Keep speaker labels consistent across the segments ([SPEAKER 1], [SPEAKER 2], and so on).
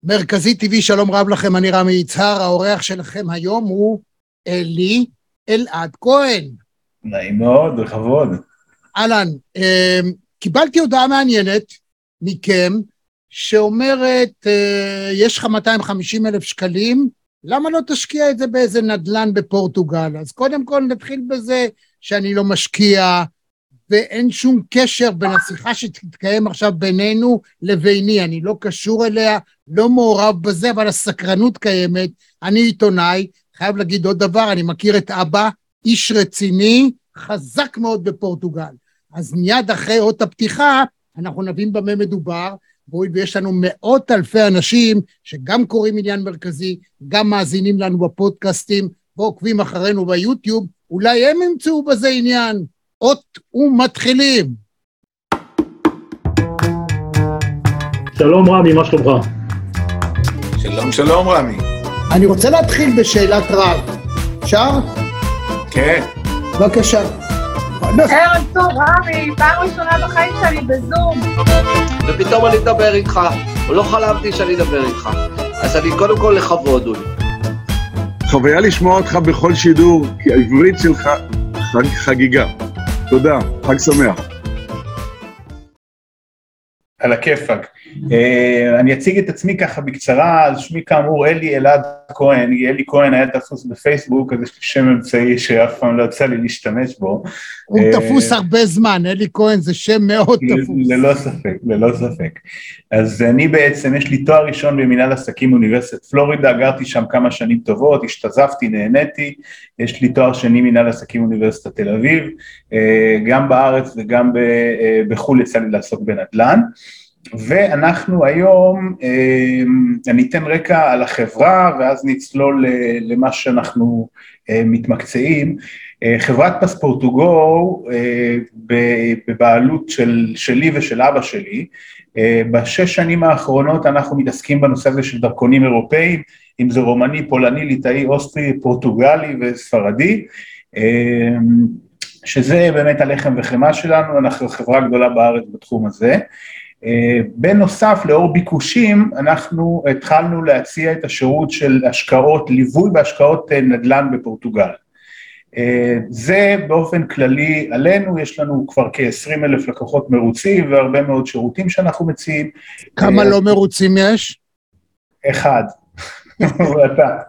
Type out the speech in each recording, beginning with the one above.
[SPEAKER 1] מרכזי טבעי, שלום רב לכם, אני רמי יצהר, האורח שלכם היום הוא אלי אלעד כהן.
[SPEAKER 2] נעים מאוד, בכבוד.
[SPEAKER 1] אהלן, קיבלתי הודעה מעניינת מכם, שאומרת, יש לך 250,000 שקלים, למה לא תשקיע את זה באיזה נדל"ן בפורטוגל? אז קודם כל נתחיל בזה שאני לא משקיע, ואין שום קשר בין השיחה שתתקיים עכשיו בינינו לביני, אני לא קשור אליה, לא מעורב בזה, אבל הסקרנות קיימת. אני עיתונאי, חייב להגיד עוד דבר, אני מכיר את אבא, איש רציני, חזק מאוד בפורטוגל. אז מיד אחרי אות הפתיחה, אנחנו נבין במה מדובר, ויש לנו מאות אלפי אנשים שגם קוראים עניין מרכזי, גם מאזינים לנו בפודקאסטים, ועוקבים אחרינו ביוטיוב, אולי הם ימצאו בזה עניין. אות ומתחילים.
[SPEAKER 3] שלום רמי, מה שלומך?
[SPEAKER 2] שלום, שלום רמי.
[SPEAKER 1] אני רוצה להתחיל בשאלת רב. אפשר?
[SPEAKER 2] כן.
[SPEAKER 1] בבקשה.
[SPEAKER 4] ערב טוב רמי, פעם ראשונה בחיים שלי בזום.
[SPEAKER 5] ופתאום אני אדבר איתך, לא חלמתי שאני אדבר איתך. אז אני קודם כל לכבוד, אולי.
[SPEAKER 6] חוויה לשמוע אותך בכל שידור, כי העברית שלך חגיגה. תודה, חג שמח.
[SPEAKER 2] על הכיפק. אני אציג את עצמי ככה בקצרה, אז שמי כאמור אלי אלעד כהן, אלי כהן היה תפוס בפייסבוק, אז יש לי שם אמצעי שאף פעם לא יצא לי להשתמש בו.
[SPEAKER 1] הוא תפוס הרבה זמן, אלי כהן זה שם מאוד תפוס.
[SPEAKER 2] ללא ספק, ללא ספק. אז אני בעצם, יש לי תואר ראשון במנהל עסקים באוניברסיטת פלורידה, גרתי שם כמה שנים טובות, השתזפתי, נהניתי, יש לי תואר שני מנהל עסקים באוניברסיטת תל אביב, גם בארץ וגם בחו"ל יצא לי לעסוק בנדל"ן, ואנחנו היום, אני אתן רקע על החברה, ואז נצלול למה שאנחנו מתמקצעים. חברת פספורטוגו, בבעלות שלי ושל אבא שלי, בשש שנים האחרונות אנחנו מתעסקים בנושא הזה של דרכונים אירופאים, אם זה רומני, פולני, ליטאי, אוסטרי, פורטוגלי וספרדי, שזה באמת הלחם וחמאה שלנו, אנחנו חברה גדולה בארץ בתחום הזה. בנוסף, לאור ביקושים, אנחנו התחלנו להציע את השירות של השקעות, ליווי בהשקעות נדל"ן בפורטוגל. זה באופן כללי עלינו, יש לנו כבר כ-20,000 לקוחות מרוצים, והרבה מאוד שירותים שאנחנו מציעים.
[SPEAKER 1] כמה לא מרוצים יש?
[SPEAKER 2] אחד. ואתה.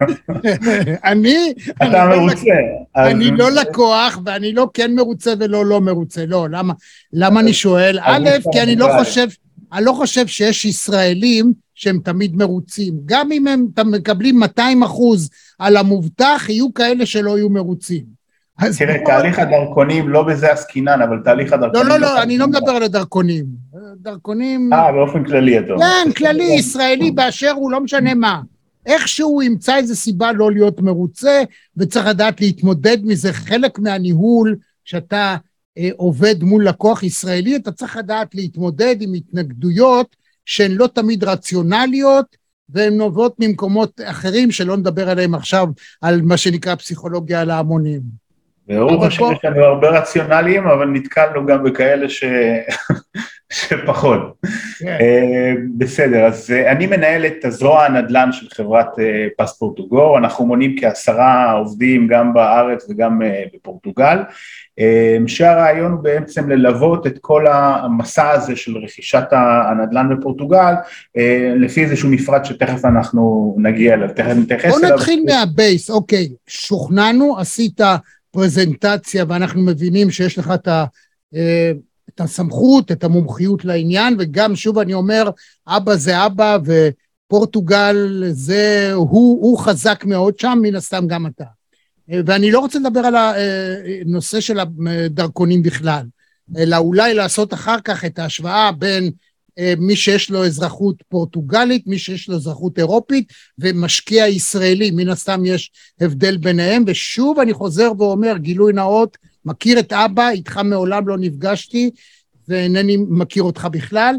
[SPEAKER 1] אתה
[SPEAKER 2] מרוצה.
[SPEAKER 1] אני לא לקוח, ואני לא כן מרוצה ולא לא מרוצה. לא, למה אני שואל? א', כי אני לא חושב שיש ישראלים שהם תמיד מרוצים. גם אם הם מקבלים 200% על המובטח, יהיו כאלה שלא יהיו מרוצים.
[SPEAKER 2] תראה, תהליך הדרכונים, לא בזה עסקינן, אבל תהליך הדרכונים...
[SPEAKER 1] לא, אני לא מדבר על הדרכונים. דרכונים...
[SPEAKER 2] באופן כללי, אתה אומר.
[SPEAKER 1] כן, כללי, ישראלי, באשר הוא לא משנה מה. איכשהו ימצא איזו סיבה לא להיות מרוצה, וצריך לדעת להתמודד מזה. חלק מהניהול, שאתה עובד מול לקוח ישראלי, אתה צריך לדעת להתמודד עם התנגדויות, שהן לא תמיד רציונליות, והן נובעות ממקומות אחרים, שלא נדבר עליהם עכשיו, על מה שנקרא פסיכולוגיה על ההמונים.
[SPEAKER 2] ברור שיש לנו הרבה רציונליים, אבל נתקלנו גם בכאלה שפחות. בסדר, אז אני מנהל את הזרוע הנדל"ן של חברת פספורטוגו, אנחנו מונים כ10 עובדים גם בארץ וגם בפורטוגל, שהרעיון הוא בעצם ללוות את כל המסע הזה של רכישת הנדל"ן בפורטוגל, לפי איזשהו מפרט שתכף אנחנו נגיע אליו, תכף נתייחס אליו.
[SPEAKER 1] בוא נתחיל מהבייס, אוקיי, שוכננו, עשית פרזנטציה, ואנחנו מבינים שיש לך את הסמכות, את המומחיות לעניין, וגם שוב אני אומר, אבא זה אבא, ופורטוגל זה, הוא חזק מאוד שם, מן הסתם גם אתה. ואני לא רוצה לדבר על הנושא של הדרכונים בכלל, אלא אולי לעשות אחר כך את ההשוואה בין מי שיש לו אזרחות פורטוגלית, מי שיש לו אזרחות אירופית, ומשקיע ישראלי, מן הסתם יש הבדל ביניהם, ושוב אני חוזר ואומר, גילוי נאות, מכיר את אבא, איתך מעולם לא נפגשתי, ואינני מכיר אותך בכלל,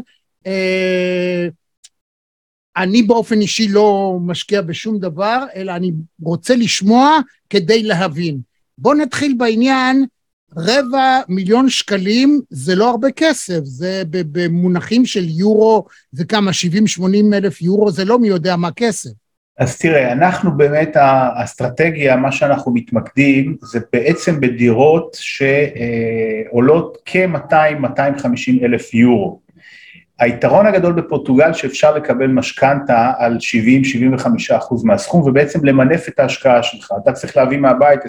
[SPEAKER 1] אני באופן אישי לא משקיע בשום דבר, אלא אני רוצה לשמוע כדי להבין. בוא נתחיל בעניין, 250,000 שקלים זה לא הרבה כסף, זה במונחים של יורו, זה כמה, 70-80 אלף יורו, זה לא מי יודע מה כסף.
[SPEAKER 2] אז תראה, אנחנו באמת, האסטרטגיה, מה שאנחנו מתמקדים, זה בעצם בדירות שעולות כ-200-250 אלף יורו. היתרון הגדול בפורטוגל שאפשר לקבל משכנתה על 70-75% מהסכום, ובעצם למנף את ההשקעה שלך. אתה צריך להביא מהבית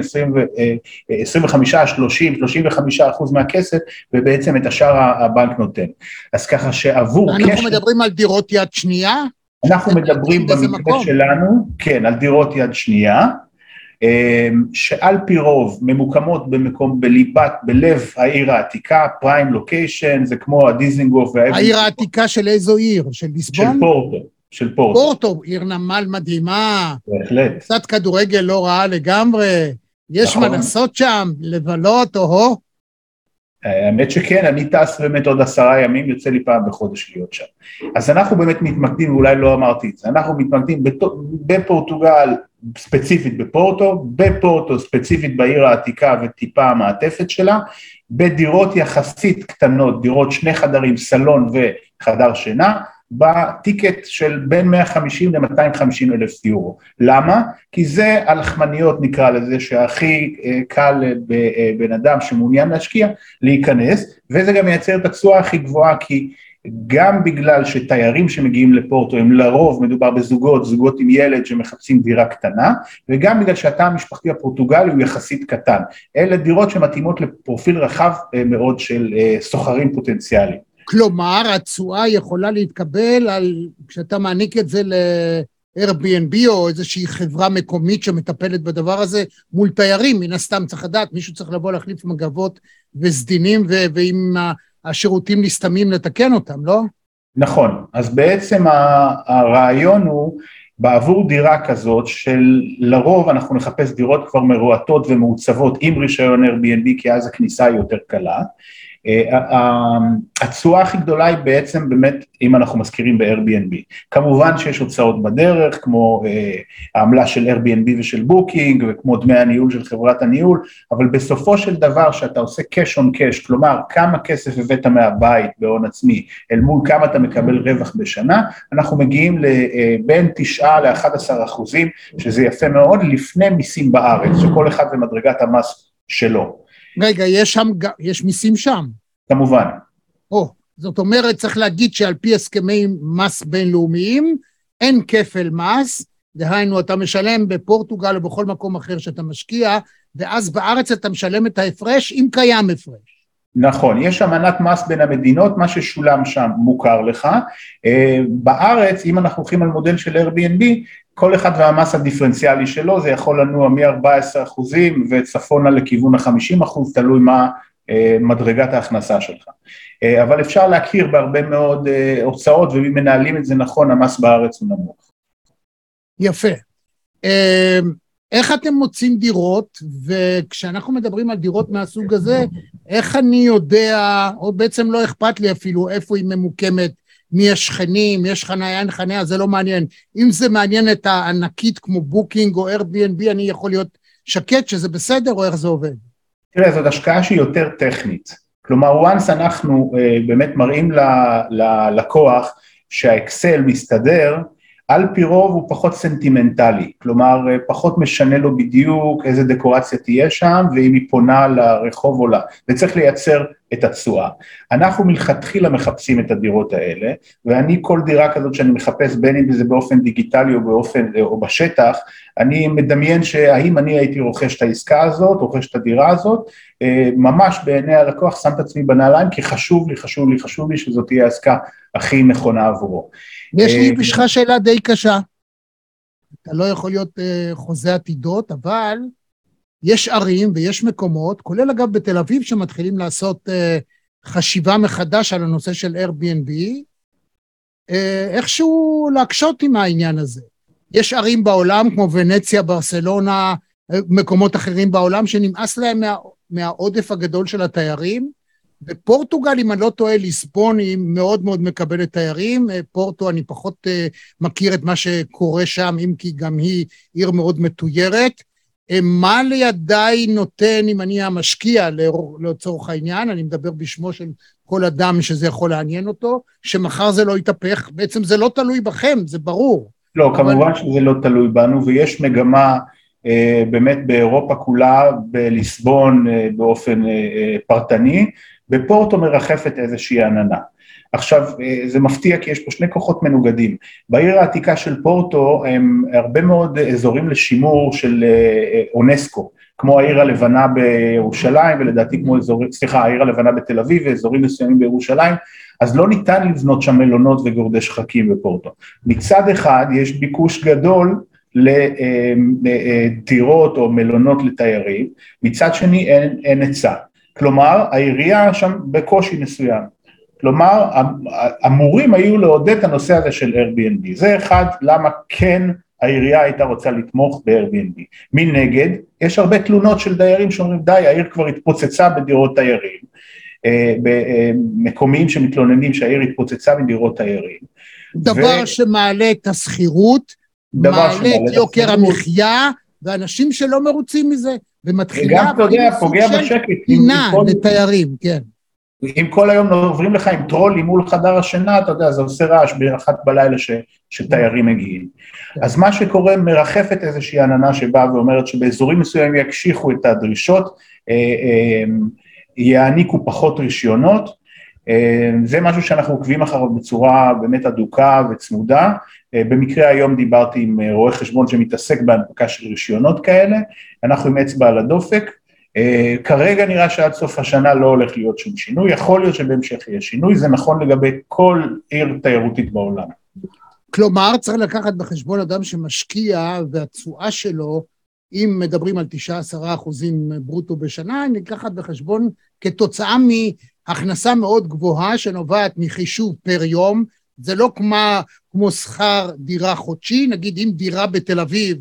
[SPEAKER 2] 25-30-35% מהכסף, ובעצם את השאר הבנק נותן. אז ככה שעבור
[SPEAKER 1] קשר... אנחנו מדברים על דירות יד שנייה?
[SPEAKER 2] אנחנו מדברים במקרה שלנו, כן, על דירות יד שנייה, שעל פי רוב ממוקמות במקום בלב העיר העתיקה, פריים לוקיישן, זה כמו הדיזנגוף.
[SPEAKER 1] העיר העתיקה של איזו עיר? של ליסבון?
[SPEAKER 2] של פורטו.
[SPEAKER 1] פורטו, עיר נמל מדהימה.
[SPEAKER 2] בהחלט.
[SPEAKER 1] קצת כדורגל לא רעה לגמרי, יש מה לעשות שם, לבלות או...
[SPEAKER 2] האמת שכן, אני טס באמת עוד 10 ימים, יוצא לי פעם בחודש להיות שם. אז אנחנו באמת מתמקדים, ואולי לא אמרתי את זה, אנחנו מתמקדים בפורטוגל, ספציפית בפורטו ספציפית בעיר העתיקה וטיפה המעטפת שלה, בדירות יחסית קטנות, דירות 2 חדרים, סלון וחדר שינה, בטיקט של בין 150 ל-250 אלף יורו. למה? כי זה הלחמניות נקרא לזה, שהכי קל לבן אדם שמעוניין להשקיע להיכנס, וזה גם מייצר את התשואה הכי גבוהה, כי גם בגלל שתיירים שמגיעים לפורטו, הם לרוב מדובר זוגות עם ילד שמחפשים דירה קטנה, וגם בגלל שהתא המשפחתי הפורטוגלי הוא יחסית קטן. אלה דירות שמתאימות לפרופיל רחב מאוד של סוחרים פוטנציאליים.
[SPEAKER 1] כלומר, התשואה יכולה להתקבל כשאתה מעניק את זה ל-Airbnb או איזושהי חברה מקומית שמטפלת בדבר הזה מול תיירים, מן הסתם צריך לדעת, מישהו צריך לבוא להחליף מגבות וסדינים, ואם השירותים נסתמים לתקן אותם, לא?
[SPEAKER 2] נכון, אז בעצם הרעיון הוא, בעבור דירה כזאת של לרוב אנחנו נחפש דירות כבר מרועטות ומעוצבות עם רישיון Airbnb, כי אז הכניסה היא יותר קלה, התשואה הכי גדולה היא בעצם באמת אם אנחנו מזכירים ב-Airbnb, כמובן שיש הוצאות בדרך כמו העמלה של Airbnb ושל בוקינג וכמו דמי הניהול של חברת הניהול, אבל בסופו של דבר שאתה עושה cash on cash, כלומר כמה כסף הבאת מהבית בהון עצמי אל מול כמה אתה מקבל רווח בשנה, אנחנו מגיעים בין 9-11%, שזה יפה מאוד לפני מיסים בארץ, שכל אחד ומדרגת המס שלו.
[SPEAKER 1] רגע, יש מיסים שם?
[SPEAKER 2] כמובן.
[SPEAKER 1] זאת אומרת, צריך להגיד שעל פי הסכמי מס בינלאומיים, אין כפל מס, דהיינו, אתה משלם בפורטוגל או בכל מקום אחר שאתה משקיע, ואז בארץ אתה משלם את ההפרש, אם קיים הפרש.
[SPEAKER 2] נכון, יש אמנת מס בין המדינות, מה ששולם שם מוכר לך. בארץ, אם אנחנו הולכים על מודל של Airbnb, כל אחד והמס הדיפרנציאלי שלו, זה יכול לנוע מ-14% וצפונה לכיוון ה-50%, תלוי מה מדרגת ההכנסה שלך. אבל אפשר להכיר בהרבה מאוד הוצאות, ומי מנהלים את זה נכון, המס בארץ הוא נמוך.
[SPEAKER 1] יפה. איך אתם מוצאים דירות, וכשאנחנו מדברים על דירות מהסוג הזה, איך אני יודע, או בעצם לא אכפת לי אפילו איפה היא ממוקמת, מי השכנים, יש חניה, אין חניה, זה לא מעניין. אם זה מעניין את הענקית כמו בוקינג או Airbnb, אני יכול להיות שקט שזה בסדר, או איך זה עובד?
[SPEAKER 2] תראה, זאת השקעה שהיא יותר טכנית. כלומר, once אנחנו באמת מראים ללקוח שהאקסל מסתדר, על פי רוב הוא פחות סנטימנטלי, כלומר פחות משנה לו בדיוק איזה דקורציה תהיה שם, ואם היא פונה לרחוב או לא, וצריך לייצר את התשואה. אנחנו מלכתחילה מחפשים את הדירות האלה, ואני כל דירה כזאת שאני מחפש, בין אם זה באופן דיגיטלי או בשטח, אני מדמיין שהאם אני הייתי רוכש את העסקה הזאת, רוכש את הדירה הזאת, ממש בעיני הלקוח שם את עצמי בנעליים, כי חשוב לי שזאת תהיה העסקה הכי נכונה עבורו.
[SPEAKER 1] יש לי בשבילך שאלה די קשה, אתה לא יכול להיות חוזה עתידות, אבל יש ערים ויש מקומות, כולל אגב בתל אביב, שמתחילים לעשות חשיבה מחדש על הנושא של Airbnb, איכשהו להקשות עם העניין הזה. יש ערים בעולם כמו ונציה, ברסלונה, מקומות אחרים בעולם, שנמאס להם מהעודף הגדול של התיירים, בפורטוגל, אם אני לא טועה, ליסבון היא מאוד מאוד מקבלת תיירים, פורטו אני פחות מכיר את מה שקורה שם, אם כי גם היא עיר מאוד מתוירת, מה לידיי נותן אם אני המשקיע לצורך העניין, אני מדבר בשמו של כל אדם שזה יכול לעניין אותו, שמחר זה לא יתהפך, בעצם זה לא תלוי בכם, זה ברור.
[SPEAKER 2] לא, כמובן שזה לא תלוי בנו, ויש מגמה באמת באירופה כולה, בליסבון באופן פרטני, בפורטו מרחפת איזושהי עננה. עכשיו, זה מפתיע כי יש פה שני כוחות מנוגדים. בעיר העתיקה של פורטו הם הרבה מאוד אזורים לשימור של אונסקו, כמו העיר הלבנה בירושלים, ולדעתי כמו העיר הלבנה בתל אביב, ואזורים מסוימים בירושלים, אז לא ניתן לבנות שם מלונות וגורדי שחקים בפורטו. מצד אחד יש ביקוש גדול לדירות או מלונות לתיירים, מצד שני אין היצע. כלומר, העירייה שם בקושי מסוים. כלומר, אמורים היו לעודד את הנושא הזה של Airbnb. זה אחד, למה כן העירייה הייתה רוצה לתמוך ב-Airbnb. מנגד, יש הרבה תלונות של דיירים שאומרים, די, העיר כבר התפוצצה בדירות תיירים, במקומיים שמתלוננים שהעיר התפוצצה בדירות תיירים.
[SPEAKER 1] דבר שמעלה את הסחירות, מעלה את יוקר המחיה, ואנשים שלא מרוצים מזה, ומתחילה
[SPEAKER 2] וגם, אתה יודע, פוגע בשקט.
[SPEAKER 1] פינה לתיירים, כן.
[SPEAKER 2] אם כל היום עוברים לך עם טרולים מול חדר השינה, אתה יודע, זה עושה רעש באחת בלילה שתיירים מגיעים. אז מה שקורה, מרחפת איזושהי עננה שבאה ואומרת שבאזורים מסוימים יקשיחו את הדרישות, יעניקו פחות רישיונות, זה משהו שאנחנו עוקבים אחריו בצורה באמת אדוקה וצמודה, במקרה היום דיברתי עם רואה חשבון שמתעסק בהנפקה של רישיונות כאלה, אנחנו עם אצבע על הדופק, כרגע נראה שעד סוף השנה לא הולך להיות שום שינוי, יכול להיות שבהמשך יהיה שינוי, זה נכון לגבי כל עיר תיירותית בעולם.
[SPEAKER 1] כלומר, צריך לקחת בחשבון אדם שמשקיע והתשואה שלו, אם מדברים על 9-10% ברוטו בשנה, ניקחת בחשבון כתוצאה מהכנסה מאוד גבוהה שנובעת מחישוב פר יום, זה לא כמו שכר דירה חודשי, נגיד אם דירה בתל אביב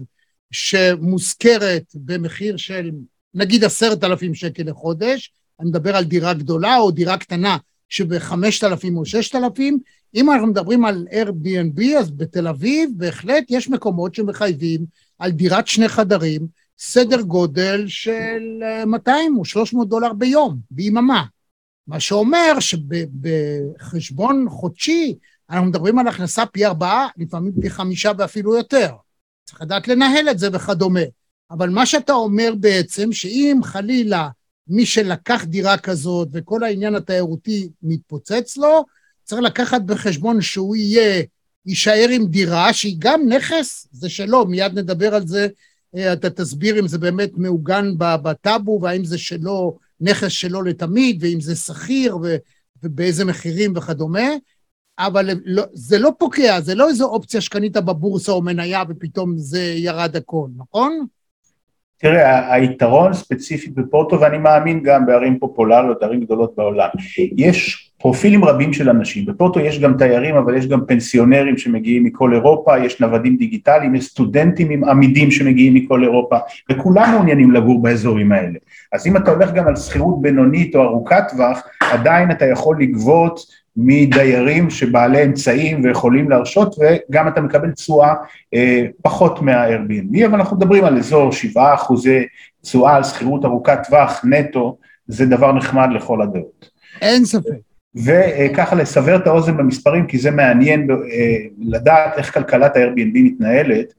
[SPEAKER 1] שמוזכרת במחיר של נגיד 10,000 שקל לחודש, אני מדבר על דירה גדולה או דירה קטנה שב-5,000 או 6,000, אם אנחנו מדברים על Airbnb, אז בתל אביב בהחלט יש מקומות שמחייבים על דירת 2 חדרים, סדר גודל של 200 או 300 דולר ביום, ביממה. מה שאומר שבחשבון חודשי, אנחנו מדברים על הכנסה פי 4, לפעמים פי 5 ואפילו יותר. צריך לדעת לנהל את זה וכדומה. אבל מה שאתה אומר בעצם, שאם חלילה מי שלקח דירה כזאת וכל העניין התיירותי מתפוצץ לו, צריך לקחת בחשבון שהוא יישאר עם דירה שהיא גם נכס, זה שלו, מיד נדבר על זה, אתה תסביר אם זה באמת מעוגן בטאבו, והאם זה שלו, נכס שלו לתמיד, ואם זה שכיר ובאיזה מחירים וכדומה, אבל זה לא פוקע, זה לא איזו אופציה שקנית בבורסה או מניה ופתאום זה ירד הכל, נכון?
[SPEAKER 2] תראה, היתרון ספציפית בפורטו, ואני מאמין גם בערים פופולריות, ערים גדולות בעולם, יש פרופילים רבים של אנשים, בפורטו יש גם תיירים, אבל יש גם פנסיונרים שמגיעים מכל אירופה, יש נוודים דיגיטליים, יש סטודנטים עם עמידים שמגיעים מכל אירופה, וכולם מעוניינים לגור באזורים האלה. אז אם אתה הולך גם על שכירות בינונית או ארוכת טווח, עדיין אתה יכול לגבות מדיירים שבעלי אמצעים ויכולים להרשות, וגם אתה מקבל תשואה פחות מה-Airbnb, אבל אנחנו מדברים על אזור 7% תשואה על שכירות ארוכת טווח נטו, זה דבר נחמד לכל הדעות.
[SPEAKER 1] אין ספק.
[SPEAKER 2] וככה לסבר את האוזן במספרים, כי זה מעניין לדעת איך כלכלת ה-Airbnb מתנהלת.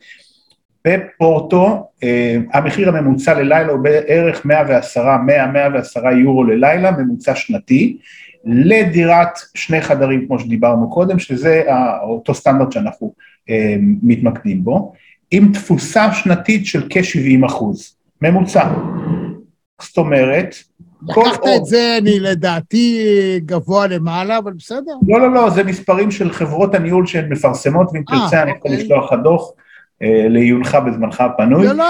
[SPEAKER 2] בפורטו, המחיר הממוצע ללילה הוא בערך 110 יורו ללילה, ממוצע שנתי, לדירת 2 חדרים, כמו שדיברנו קודם, שזה אותו סטנדרט שאנחנו מתמקדים בו, עם תפוסה שנתית של כ-70%, ממוצע. זאת אומרת,
[SPEAKER 1] לקחת את זה, אני לדעתי גבוה למעלה, אבל בסדר.
[SPEAKER 2] לא, זה מספרים של חברות הניהול שהן מפרסמות, ואם תרצה אני יכול לשלוח הדוח לעיונך בזמנך הפנוי.
[SPEAKER 1] לא.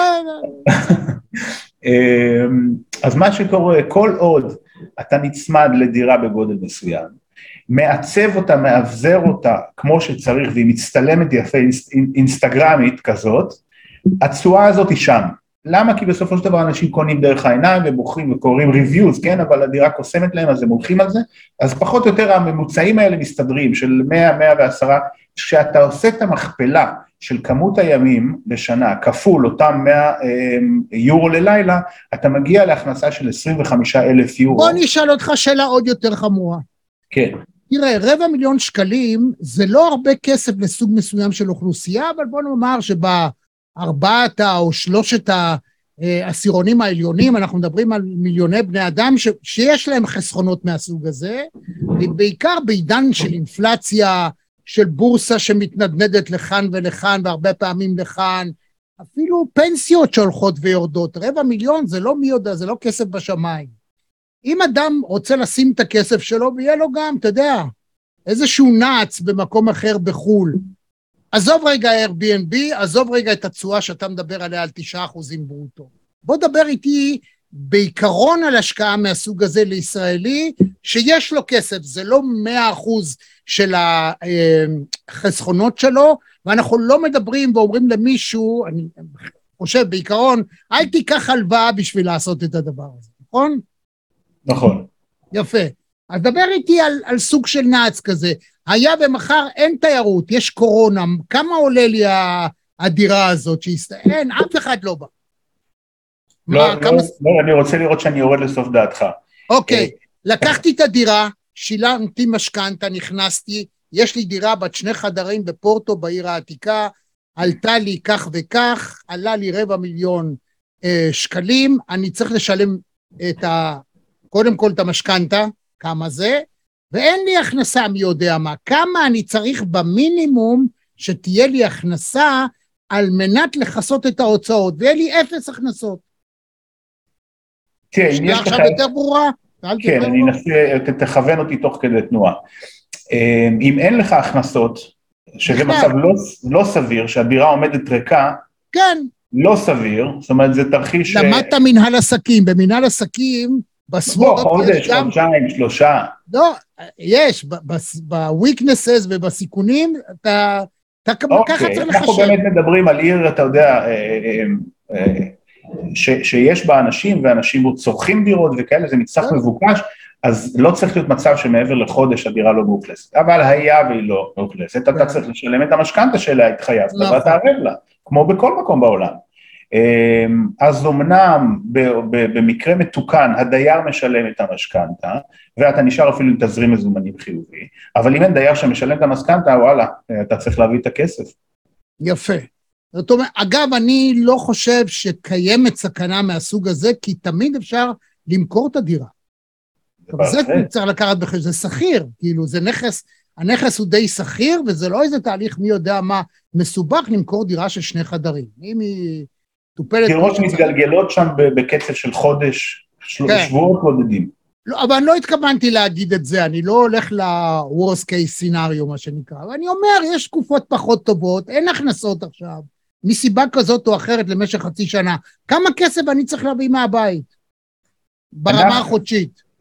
[SPEAKER 2] אז מה שקורה, כל עוד אתה נצמד לדירה בגודל מסוים, מעצב אותה, מאבזר אותה כמו שצריך, והיא מצטלמת יפה אינסטגרמית כזאת, התשואה הזאת היא שם. למה? כי בסופו של דבר אנשים קונים דרך העיניים ובוחרים וקוראים ריוויוז, כן? אבל הדירה קוסמת להם, אז הם הולכים על זה, אז פחות או יותר הממוצעים האלה מסתדרים, של 100-110 כשאתה עושה את המכפלה של כמות הימים בשנה, כפול אותם 100 יורו ללילה, אתה מגיע להכנסה של 25,000 יורו.
[SPEAKER 1] בוא נשאל אותך שאלה עוד יותר חמורה.
[SPEAKER 2] כן.
[SPEAKER 1] תראה, 250,000 שקלים זה לא הרבה כסף לסוג מסוים של אוכלוסייה, אבל בוא נאמר שבארבעת או שלושת העשירונים העליונים, אנחנו מדברים על מיליוני בני אדם שיש להם חסכונות מהסוג הזה, ובעיקר בעידן של אינפלציה, של בורסה שמתנדנדת לכאן ולכאן, והרבה פעמים לכאן, אפילו פנסיות שהולכות ויורדות. 250,000 זה לא מי יודע, זה לא כסף בשמיים. אם אדם רוצה לשים את הכסף שלו, ויהיה לו גם, אתה יודע, איזשהו נעץ במקום אחר בחול, עזוב רגע Airbnb, עזוב רגע את התשואה שאתה מדבר עליה על 9% ברוטו. בוא דבר איתי בעיקרון על השקעה מהסוג הזה לישראלי, שיש לו כסף, זה לא 100% של החסכונות שלו, ואנחנו לא מדברים ואומרים למישהו, אני חושב בעיקרון, אל תיקח הלוואה בשביל לעשות את הדבר הזה, נכון?
[SPEAKER 2] נכון. יפה.
[SPEAKER 1] אז דבר איתי על סוג של נעץ כזה, היה ומחר אין תיירות, יש קורונה, כמה עולה לי הדירה הזאת אין, אף אחד לא בא.
[SPEAKER 2] לא, אני רוצה לראות שאני יורד לסוף דעתך.
[SPEAKER 1] אוקיי, לקחתי את הדירה, שילמתי משכנתה, נכנסתי, יש לי דירה בת 2 חדרים בפורטו, בעיר העתיקה, עלתה לי כך וכך, עלה לי 250,000 שקלים, אני צריך לשלם קודם כל את המשכנתה, כמה זה, ואין לי הכנסה מי יודע מה, כמה אני צריך במינימום שתהיה לי הכנסה על מנת לחסות את ההוצאות, ויהיה לי 0 הכנסות.
[SPEAKER 2] כן, יש לך...
[SPEAKER 1] עכשיו יותר ברורה?
[SPEAKER 2] כן, אני אנסה, תכוון אותי תוך כדי תנועה. אם אין לך הכנסות, שזה מצב לא סביר, שהדירה עומדת ריקה,
[SPEAKER 1] כן.
[SPEAKER 2] לא סביר, זאת אומרת, זה תרחיש...
[SPEAKER 1] למדת מנהל עסקים, במנהל עסקים, בסבורות...
[SPEAKER 2] חודש, חודשיים, 3.
[SPEAKER 1] לא, יש, ב-weaknesses ובסיכונים, אתה ככה צריך לחשב.
[SPEAKER 2] אנחנו באמת מדברים על עיר, אתה יודע, שיש בה אנשים, ואנשים צורכים דירות וכאלה, זה מצרך מבוקש, אז לא צריך להיות מצב שמעבר לחודש הדירה לא מאוכלסת, אבל היה והיא לא מאוכלסת, אתה צריך לשלם את המשכנתה שלה, התחייבת, ואתה ערב לה, כמו בכל מקום בעולם. אז אמנם במקרה מתוקן, הדייר משלם את המשכנתה, ואתה נשאר אפילו עם תזרים מזומנים חיובי, אבל אם אין דייר שמשלם את המשכנתה, וואלה, אתה צריך להביא את הכסף.
[SPEAKER 1] יפה. זאת אומרת, אגב, אני לא חושב שקיימת סכנה מהסוג הזה, כי תמיד אפשר למכור את הדירה. זה צריך לקחת בחשבון, זה שכיר, כאילו זה נכס, הנכס הוא די שכיר, וזה לא איזה תהליך מי יודע מה מסובך למכור דירה של 2 חדרים. אם היא טופלת...
[SPEAKER 2] דירות מתגלגלות שם בקצב של חודש, שבועות בודדים.
[SPEAKER 1] לא, אבל אני לא התכוונתי להגיד את זה, אני לא הולך ל-worst case scenario, מה שנקרא, ואני אומר, יש תקופות פחות טובות, אין הכנסות עכשיו, מסיבה כזאת או אחרת למשך חצי שנה, כמה כסף אני צריך להביא מהבית? ברמה החודשית.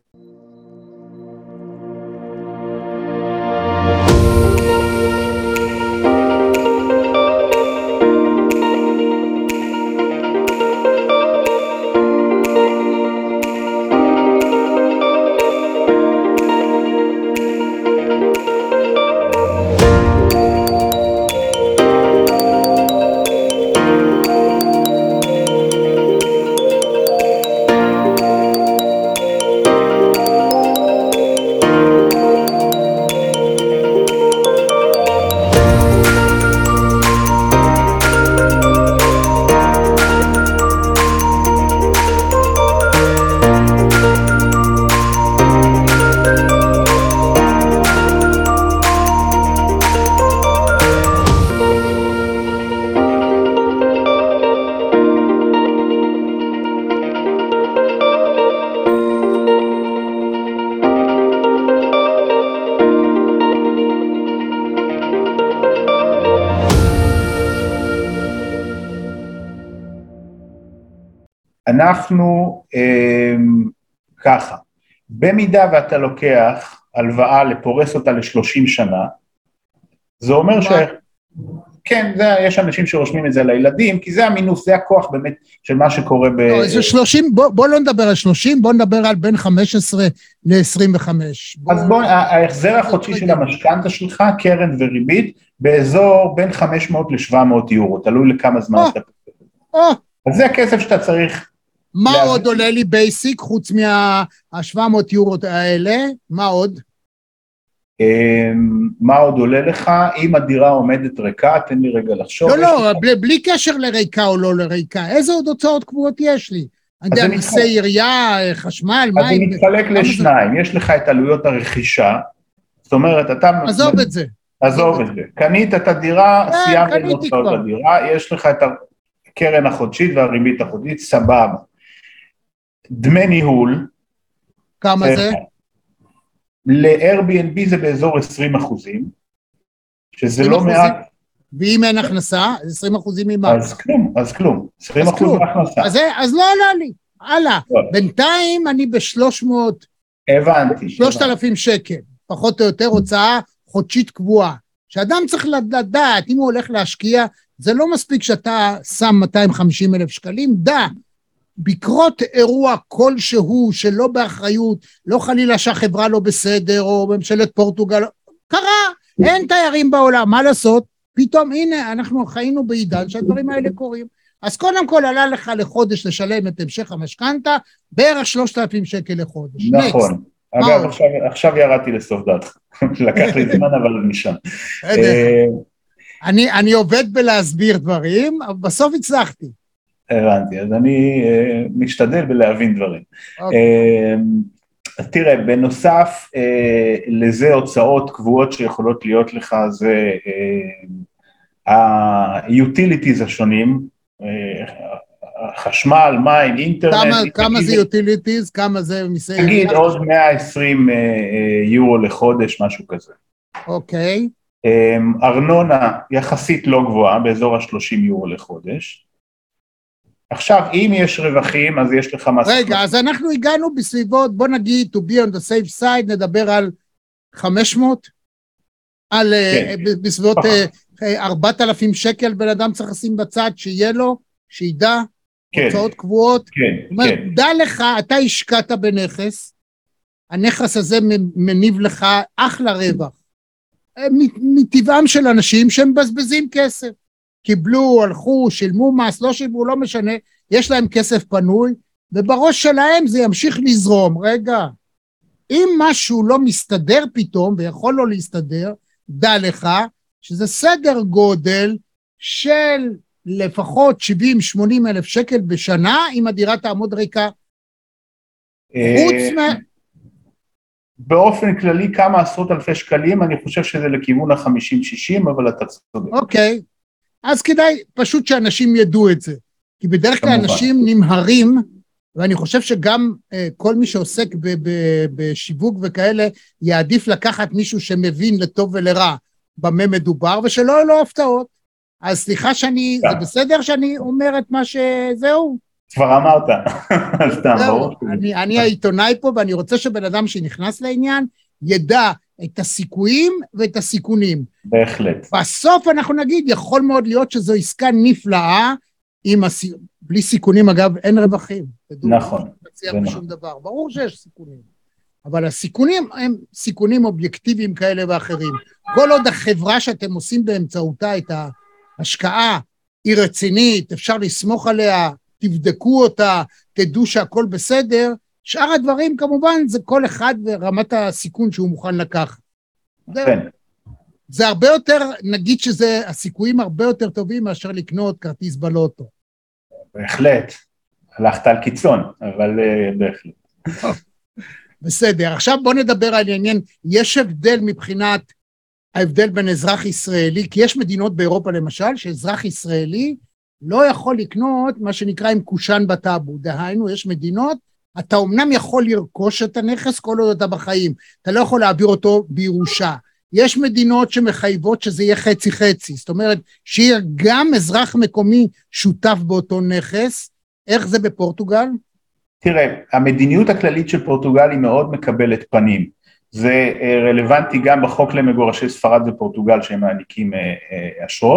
[SPEAKER 2] אנחנו ככה, במידה ואתה לוקח הלוואה לפורס אותה ל-30 שנה, זה אומר כן, יש אנשים שרושמים את זה לילדים, כי זה המינוס, זה הכוח באמת של מה שקורה
[SPEAKER 1] לא, זה 30, בוא לא נדבר על 30, בוא נדבר על בין 15 ל-25.
[SPEAKER 2] אז בוא, ההחזר החודשי של המשכנתה שלך, קרן וריבית, באזור בין 500 ל-700 יורו, תלוי לכמה זמן אתה... אז זה הכסף שאתה צריך...
[SPEAKER 1] מה עוד עולה לי בייסיק, חוץ מה-700 יורו האלה? מה עוד?
[SPEAKER 2] מה עוד עולה לך? אם הדירה עומדת ריקה, תן לי רגע לחשוב.
[SPEAKER 1] לא, בלי קשר לריקה או לא לריקה, איזה עוד הוצאות קבועות יש לי? אני יודע, מיסי עירייה, חשמל, מים.
[SPEAKER 2] אז זה מתחלק לשניים, יש לך את עלויות הרכישה, זאת אומרת, אתה...
[SPEAKER 1] עזוב את זה.
[SPEAKER 2] עזוב את זה. קנית את הדירה, סיימת את הוצאות הדירה, יש לך את הקרן החודשית והריבית החודשית, סבבה. דמי ניהול.
[SPEAKER 1] כמה זה?
[SPEAKER 2] ל-Airbnb זה באזור 20%, שזה לא מעט.
[SPEAKER 1] ואם אין הכנסה, 20% ממה?
[SPEAKER 2] אז כלום, 20% מהכנסה.
[SPEAKER 1] אז לא עלה לי, הלאה. בינתיים אני ב-300,
[SPEAKER 2] הבנתי.
[SPEAKER 1] 3,000 שקל, פחות או יותר הוצאה חודשית קבועה. שאדם צריך לדעת, אם הוא הולך להשקיע, זה לא מספיק שאתה שם 250,000 שקלים, בקרות אירוע כלשהו שלא באחריות, לא חלילה שהחברה לא בסדר, או ממשלת פורטוגל, קרה, אין תיירים בעולם, מה לעשות? פתאום, הנה, אנחנו חיינו בעידן שהדברים האלה קורים. אז קודם כל עלה לך לחודש לשלם את המשך המשכנתה, בערך 3,000 שקל לחודש.
[SPEAKER 2] נכון. אגב, עכשיו ירדתי לסוף דעת. לקח לי זמן, אבל משם.
[SPEAKER 1] אני עובד בלהסביר דברים, אבל בסוף הצלחתי.
[SPEAKER 2] הבנתי, אז אני משתדל בלהבין דברים. תראה, בנוסף לזה הוצאות קבועות שיכולות להיות לך, זה ה-utilities השונים, חשמל, מים, אינטרנט.
[SPEAKER 1] כמה זה utilities? כמה זה מיסי?
[SPEAKER 2] תגיד עוד 120 יורו לחודש, משהו כזה.
[SPEAKER 1] אוקיי.
[SPEAKER 2] ארנונה יחסית לא גבוהה, באזור ה-30 יורו לחודש. עכשיו, אם יש רווחים, אז יש לך מס.
[SPEAKER 1] רגע, אז אנחנו הגענו בסביבות, בוא נגיד, to be on the safe side, נדבר על 500, על בסביבות 4,000 שקל, בן אדם צריך לשים בצד, שיהיה לו, שידע, הוצאות קבועות. כן. דע לך, אתה השקעת בנכס, הנכס הזה מניב לך אחלה רווח. מטבעם של אנשים שהם מבזבזים כסף. קיבלו, הלכו, שילמו מס, לא שילמו, לא משנה, יש להם כסף פנוי, ובראש שלהם זה ימשיך לזרום. רגע, אם משהו לא מסתדר פתאום, ויכול לא להסתדר, דע לך שזה סדר גודל של לפחות 70-80 אלף שקל בשנה, אם הדירה תעמוד ריקה. חוץ
[SPEAKER 2] באופן כללי כמה עשרות אלפי שקלים, אני חושב שזה לכיוון ה-50-60, אבל אתה צודק.
[SPEAKER 1] אוקיי. אז כדאי פשוט שאנשים ידעו את זה, כי בדרך כלל אנשים נמהרים, ואני חושב שגם כל מי שעוסק בשיווק וכאלה, יעדיף לקחת מישהו שמבין לטוב ולרע במה מדובר, שלא יהיו לו הפתעות. אז סליחה שאני, זה בסדר שאני אומר את מה שזהו?
[SPEAKER 2] כבר אמרת, סתם, ברור.
[SPEAKER 1] אני העיתונאי פה, ואני רוצה שבן אדם שנכנס לעניין, ידע את הסיכויים ואת הסיכונים.
[SPEAKER 2] בהחלט.
[SPEAKER 1] בסוף אנחנו נגיד, יכול מאוד להיות שזו עסקה נפלאה, בלי סיכונים אגב אין רווחים.
[SPEAKER 2] נכון.
[SPEAKER 1] בשום דבר. ברור שיש סיכונים. אבל הסיכונים הם סיכונים אובייקטיביים כאלה ואחרים. כל עוד החברה שאתם עושים באמצעותה את ההשקעה היא רצינית, אפשר לסמוך עליה, תבדקו אותה, תדעו שהכל בסדר, שאר הדברים כמובן זה כל אחד ורמת הסיכון שהוא מוכן לקחת.
[SPEAKER 2] כן.
[SPEAKER 1] זה הרבה יותר, נגיד שזה הסיכויים הרבה יותר טובים מאשר לקנות כרטיס בלוטו.
[SPEAKER 2] בהחלט. הלכת על קיצון, אבל בהחלט.
[SPEAKER 1] בסדר, עכשיו בוא נדבר על עניין, יש הבדל מבחינת ההבדל בין אזרח ישראלי, כי יש מדינות באירופה למשל, שאזרח ישראלי לא יכול לקנות מה שנקרא עם קושן בטאבו, דהיינו יש מדינות, אתה אומנם יכול לרכוש את הנכס כל עוד אתה בחיים, אתה לא יכול להעביר אותו בירושה, יש מדינות שמחייבות שזה יהיה חצי-חצי, זאת אומרת שיהיה גם אזרח מקומי שותף באותו נכס, איך זה בפורטוגל?
[SPEAKER 2] תראה, המדיניות הכללית של פורטוגל היא מאוד מקבלת פנים, זה רלוונטי גם בחוק למגורשי ספרד ופורטוגל שהם מעניקים אשרות,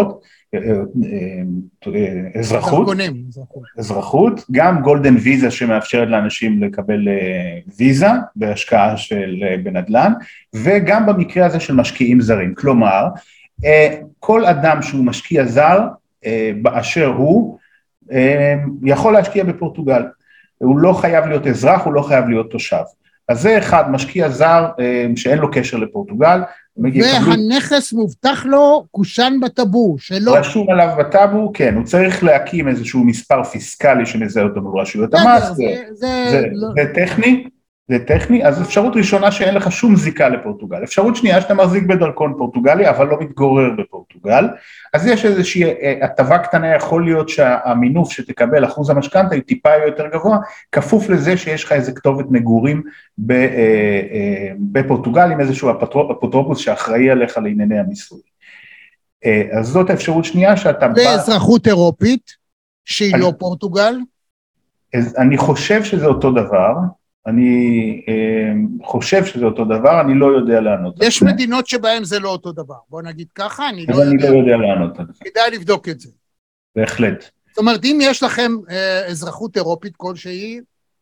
[SPEAKER 2] אזרחות, גם גולדן ויזה שמאפשרת לאנשים לקבל ויזה בהשקעה בנדל"ן, וגם במקרה הזה של משקיעים זרים, כלומר, כל אדם שהוא משקיע זר, באשר הוא, יכול להשקיע בפורטוגל, הוא לא חייב להיות אזרח, הוא לא חייב להיות תושב. אז זה אחד, משקיע זר שאין לו קשר לפורטוגל.
[SPEAKER 1] והנכס מובטח לו קושן בטאבו, שלא...
[SPEAKER 2] רשום עליו בטאבו, כן, הוא צריך להקים איזשהו מספר פיסקלי שמזהה אותו מול רשויות המס, זה טכני, זה טכני, אז אפשרות ראשונה שאין לך שום זיקה לפורטוגל, אפשרות שנייה שאתה מחזיק בדרכון פורטוגלי, אבל לא מתגורר בפורטוגל, אז יש איזושהי הטבה קטנה, יכול להיות שהמינוף שתקבל אחוז המשכנתא היא טיפה יותר גבוה, כפוף לזה שיש לך איזה כתובת מגורים בפורטוגל, עם איזשהו אפוטרופוס שאחראי עליך לענייני המיסוי. אז זאת האפשרות שנייה שאתה...
[SPEAKER 1] ואזרחות אירופית, שהיא לא פורטוגל?
[SPEAKER 2] אני חושב שזה אותו דבר, אני חושב שזה אותו דבר, אני לא יודע לענות.
[SPEAKER 1] יש מדינות שבהן זה לא אותו דבר, בוא נגיד ככה, אני לא
[SPEAKER 2] יודע לענות.
[SPEAKER 1] כדאי לבדוק את זה.
[SPEAKER 2] בהחלט.
[SPEAKER 1] זאת אומרת, אם יש לכם אזרחות אירופית כלשהי,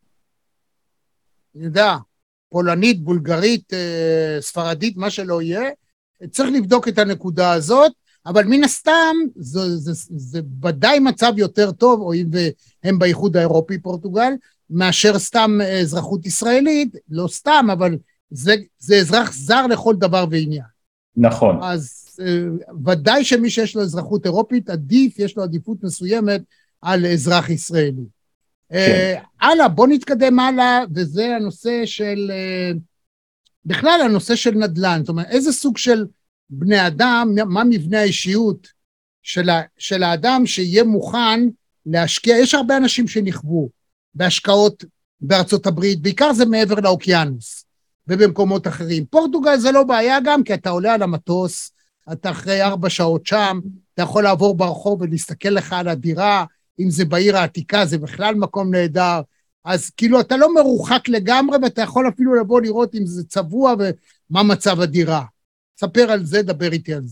[SPEAKER 1] אני יודע, פולנית, בולגרית, ספרדית, מה שלא יהיה, צריך לבדוק את הנקודה הזאת, אבל מן הסתם זה ודאי מצב יותר טוב, או אם הם באיחוד האירופי פורטוגל, מאשר סתם אזרחות ישראלית, לא סתם, אבל זה אזרח זר לכל דבר ועניין.
[SPEAKER 2] נכון.
[SPEAKER 1] אז ודאי שמי שיש לו אזרחות אירופית, עדיף, יש לו עדיפות מסוימת על אזרח ישראלי. כן. הלאה, בוא נתקדם הלאה, וזה הנושא של, בכלל הנושא של נדל"ן, זאת אומרת, איזה סוג של בני אדם, מה מבנה האישיות של האדם שיהיה מוכן להשקיע, יש הרבה אנשים שנכוו בהשקעות בארצות הברית, בעיקר זה מעבר לאוקיינוס ובמקומות אחרים. פורטוגל זה לא בעיה גם, כי אתה עולה על המטוס, אתה אחרי 4 שעות שם, אתה יכול לעבור ברחוב ולהסתכל לך על הדירה, אם זה בעיר העתיקה, זה בכלל מקום נהדר, אז כאילו אתה לא מרוחק לגמרי, ואתה יכול אפילו לבוא לראות אם זה צבוע ומה מצב הדירה. ספר על זה, דבר איתי על זה.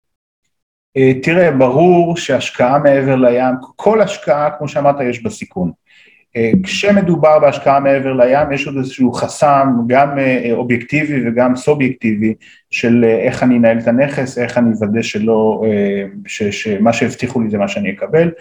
[SPEAKER 2] תראה, ברור שהשקעה מעבר לים, כל השקעה, כמו שאמרת, יש בסיכון. כשמדובר בהשקעה מעבר לים, יש עוד איזשהו חסם, גם אובייקטיבי וגם סובייקטיבי, של איך אני אנהל את הנכס, איך אני אוודא שלא, שמה שהבטיחו לי זה מה שאני אקבל.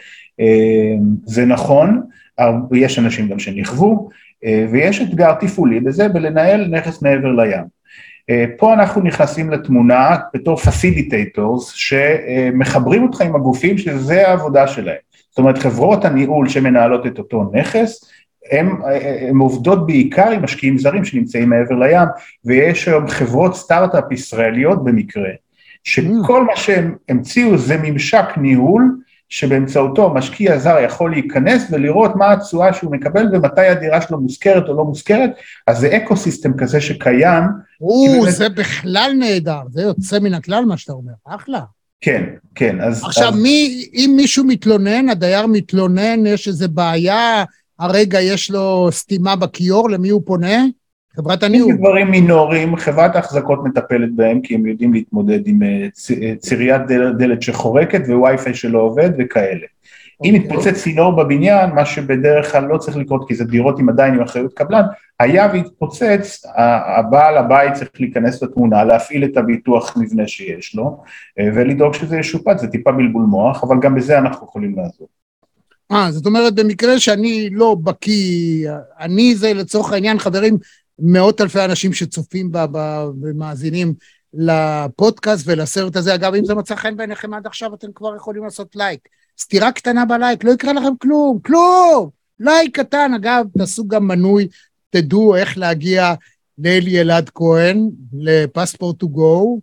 [SPEAKER 2] זה נכון, יש אנשים גם שנכוו, ויש אתגר תפעולי בזה, בלנהל נכס מעבר לים. פה אנחנו נכנסים לתמונה בתור פסיליטייטורס, שמחברים אותך עם הגופים שזה העבודה שלהם. זאת אומרת, חברות הניהול שמנהלות את אותו נכס, הן עובדות בעיקר עם משקיעים זרים שנמצאים מעבר לים, ויש היום חברות סטארט-אפ ישראליות במקרה, שכל מה שהם המציאו זה ממשק ניהול, שבאמצעותו משקיע זר יכול להיכנס ולראות מה התשואה שהוא מקבל ומתי הדירה שלו מוזכרת או לא מוזכרת, אז זה אקוסיסטם כזה שקיים.
[SPEAKER 1] זה בכלל נהדר, זה יוצא מן הכלל מה שאתה אומר, אחלה.
[SPEAKER 2] כן, כן.
[SPEAKER 1] עכשיו, אם מישהו מתלונן, הדייר מתלונן, יש איזו בעיה, הרגע יש לו סתימה בכיור, למי הוא פונה? חברת הניהול.
[SPEAKER 2] דברים מינוריים, חברת ההחזקות מטפלת בהם, כי הם יודעים להתמודד עם ציריית דלת שחורקת, וווי-פיי שלא עובד וכאלה. אם מתפוצץ צינור בבניין, מה שבדרך כלל לא צריך לקרות, כי זה דירות עם עדיין עם אחריות קבלן, היה והתפוצץ, הבעל הבית צריך להיכנס לתמונה, להפעיל את הביטוח מבנה שיש לו, ולדאוג שזה ישופט, זה טיפה בלבול מוח, אבל גם בזה אנחנו יכולים לעזור.
[SPEAKER 1] זאת אומרת, במקרה שאני לא בקיא, אני זה לצורך העניין, חברים, מאות אלפי אנשים שצופים ומאזינים לפודקאסט ולסרט הזה, אגב, אם זה מצא חן בעיניכם עד עכשיו, אתם כבר יכולים לעשות לייק. סתירה קטנה בלייק, לא יקרה לכם כלום, כלום, לייק קטן, אגב, תעשו גם מנוי, תדעו איך להגיע לאלי אלעד כהן, לפספורט טו גו,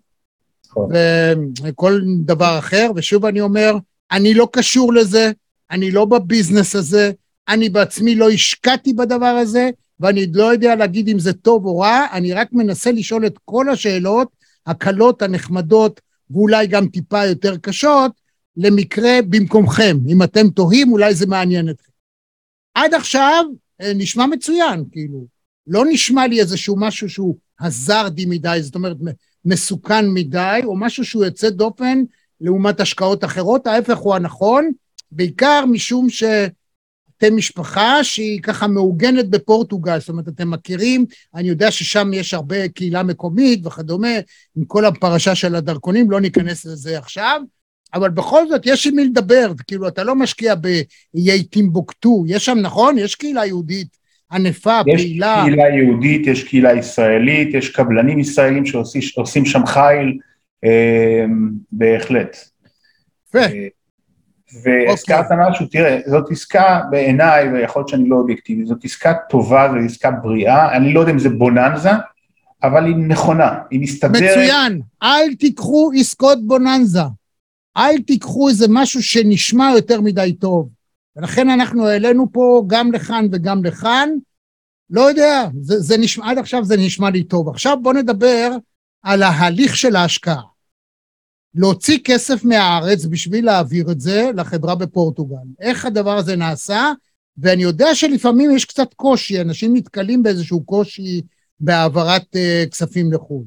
[SPEAKER 1] וכל דבר אחר, ושוב אני אומר, אני לא קשור לזה, אני לא בביזנס הזה, אני בעצמי לא השקעתי בדבר הזה, ואני לא יודע להגיד אם זה טוב או רע, אני רק מנסה לשאול את כל השאלות, הקלות, הנחמדות, ואולי גם טיפה יותר קשות, למקרה במקומכם. אם אתם תוהים, אולי זה מעניין אתכם. עד עכשיו נשמע מצוין, כאילו. לא נשמע לי איזשהו משהו שהוא הזרדי מדי, זאת אומרת מסוכן מדי, או משהו שהוא יוצא דופן, לעומת השקעות אחרות, ההפך הוא הנכון, בעיקר משום שאתם משפחה שהיא ככה מעוגנת בפורטוגל, זאת אומרת, אתם מכירים, אני יודע ששם יש הרבה קהילה מקומית וכדומה, עם כל הפרשה של הדרכונים, לא ניכנס לזה עכשיו, אבל בכל זאת יש עם מי לדבר, כאילו אתה לא משקיע באיי טימבוקטו, יש שם נכון? יש קהילה יהודית ענפה, פעילה.
[SPEAKER 2] יש קהילה יהודית, יש קהילה ישראלית, יש קבלנים ישראלים שעושים שם חיל, בהחלט. והזכרת משהו, תראה, זאת עסקה בעיניי, ויכול להיות שאני לא אובייקטיבי, זאת עסקה טובה, זו עסקה בריאה, אני לא יודע אם זה בוננזה, אבל היא נכונה, היא מסתדרת.
[SPEAKER 1] מצוין, אל תיקחו עסקות בוננזה, אל תיקחו איזה משהו שנשמע יותר מדי טוב, ולכן אנחנו העלינו פה גם לכאן וגם לכאן, לא יודע, זה נשמע, עד עכשיו זה נשמע לי טוב, עכשיו בוא נדבר על ההליך של ההשקעה, להוציא כסף מהארץ בשביל להעביר את זה לחברה בפורטוגל, איך הדבר הזה נעשה, ואני יודע שלפעמים יש קצת קושי, אנשים נתקלים באיזשהו קושי בהעברת כספים לחו"ל.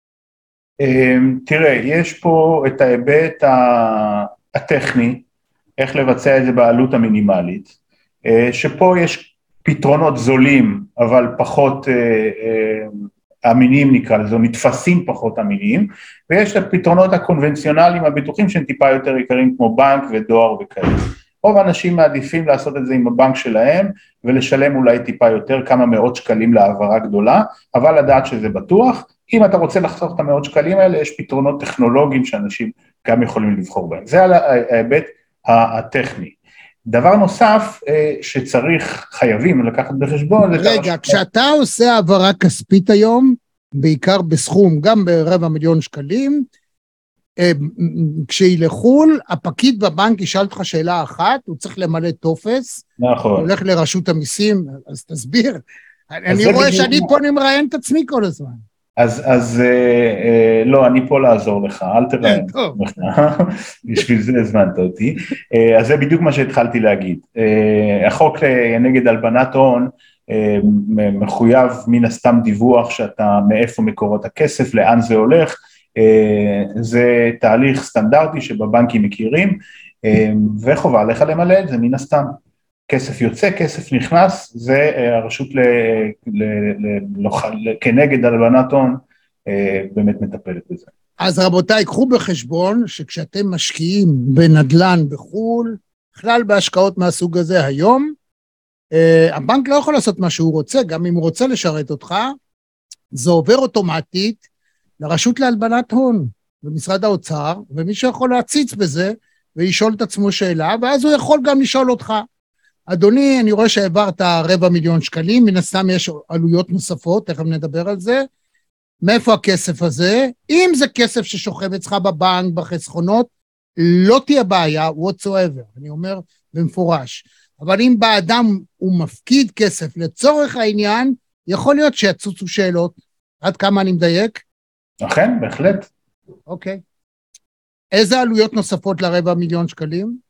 [SPEAKER 2] תראה, יש פה את ההיבט הטכני, איך לבצע את זה בעלות המינימלית, שפה יש פתרונות זולים, אבל פחות אמינים נקרא לזה, נתפסים פחות אמינים, ויש את הפתרונות הקונבנציונליים הבטוחים שהם טיפה יותר יקרים כמו בנק ודואר וכאלה. רוב האנשים מעדיפים לעשות את זה עם הבנק שלהם, ולשלם אולי טיפה יותר, כמה מאות שקלים להעברה גדולה, אבל לדעת שזה בטוח. אם אתה רוצה לחסוך את המאות שקלים האלה, יש פתרונות טכנולוגיים שאנשים גם יכולים לבחור בהם. זה על ההיבט הטכני. דבר נוסף שצריך, חייבים לקחת בחשבון.
[SPEAKER 1] רגע, כשאתה עושה העברה כספית היום, בעיקר בסכום, גם ב250,000 שקלים, כשהיא לחול, הפקיד בבנק ישאל אותך שאלה אחת, הוא צריך למלא טופס,
[SPEAKER 2] נכון.
[SPEAKER 1] הוא הולך לרשות המיסים, אז תסביר. אני רואה שאני פה מראיין את עצמי כל הזמן.
[SPEAKER 2] אז לא, אני פה לעזור לך, אל תראיין, בשביל זה הזמנת אותי, אז זה בדיוק מה שהתחלתי להגיד, החוק נגד הלבנת הון, מחויב מן הסתם דיווח שאתה מאיפה מקורות הכסף, לאן זה הולך, זה תהליך סטנדרטי שבבנקים מכירים, וחובה עליך למלא את זה מן הסתם. כסף יוצא, כסף נכנס, זה הרשות כנגד הלבנת הון באמת מטפלת בזה.
[SPEAKER 1] אז רבותיי, קחו בחשבון שכשאתם משקיעים בנדלן בחול, בכלל בהשקעות מהסוג הזה היום, הבנק לא יכול לעשות מה שהוא רוצה, גם אם הוא רוצה לשרת אותך, זה עובר אוטומטית לרשות להלבנת הון במשרד האוצר, ומי שיכול להציץ בזה ולשאול את עצמו שאלה, ואז הוא יכול גם לשאול אותך. אדוני, אני רואה שהעברת 250,000 שקלים, מן הסתם יש עלויות נוספות, תכף נדבר על זה. מאיפה הכסף הזה? אם זה כסף ששוכב אצלך בבנק, בחסכונות, לא תהיה בעיה, whatsoever, אני אומר במפורש. אבל אם באדם הוא מפקיד כסף לצורך העניין, יכול להיות שיצוצו שאלות. עד כמה אני מדייק?
[SPEAKER 2] אכן, בהחלט.
[SPEAKER 1] אוקיי. איזה עלויות נוספות ל250,000 שקלים?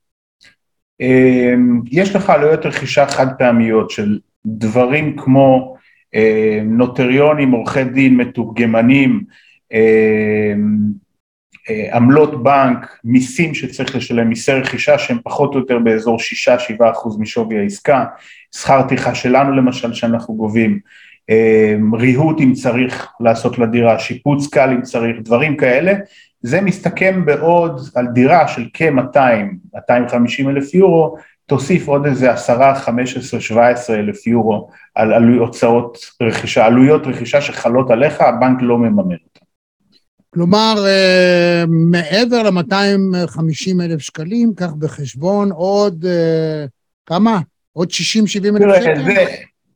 [SPEAKER 2] יש לך עלויות רכישה חד פעמיות של דברים כמו נוטריונים, עורכי דין, מתורגמנים, עמלות בנק, מיסים שצריך לשלם, מיסי רכישה שהם פחות או יותר באזור 6-7% משווי העסקה, שכר טרחה שלנו למשל שאנחנו גובים, ריהוט אם צריך לעשות לדירה, שיפוץ קל אם צריך, דברים כאלה, זה מסתכם בעוד על דירה של כ-250,000 יורו, תוסיף עוד איזה 10, 15, 17,000 יורו על הוצאות רכישה, עלויות רכישה שחלות עליך, הבנק לא מממן אותה.
[SPEAKER 1] כלומר, מעבר ל-250,000 שקלים, כך בחשבון עוד כמה? עוד 60-70,000 שקלים?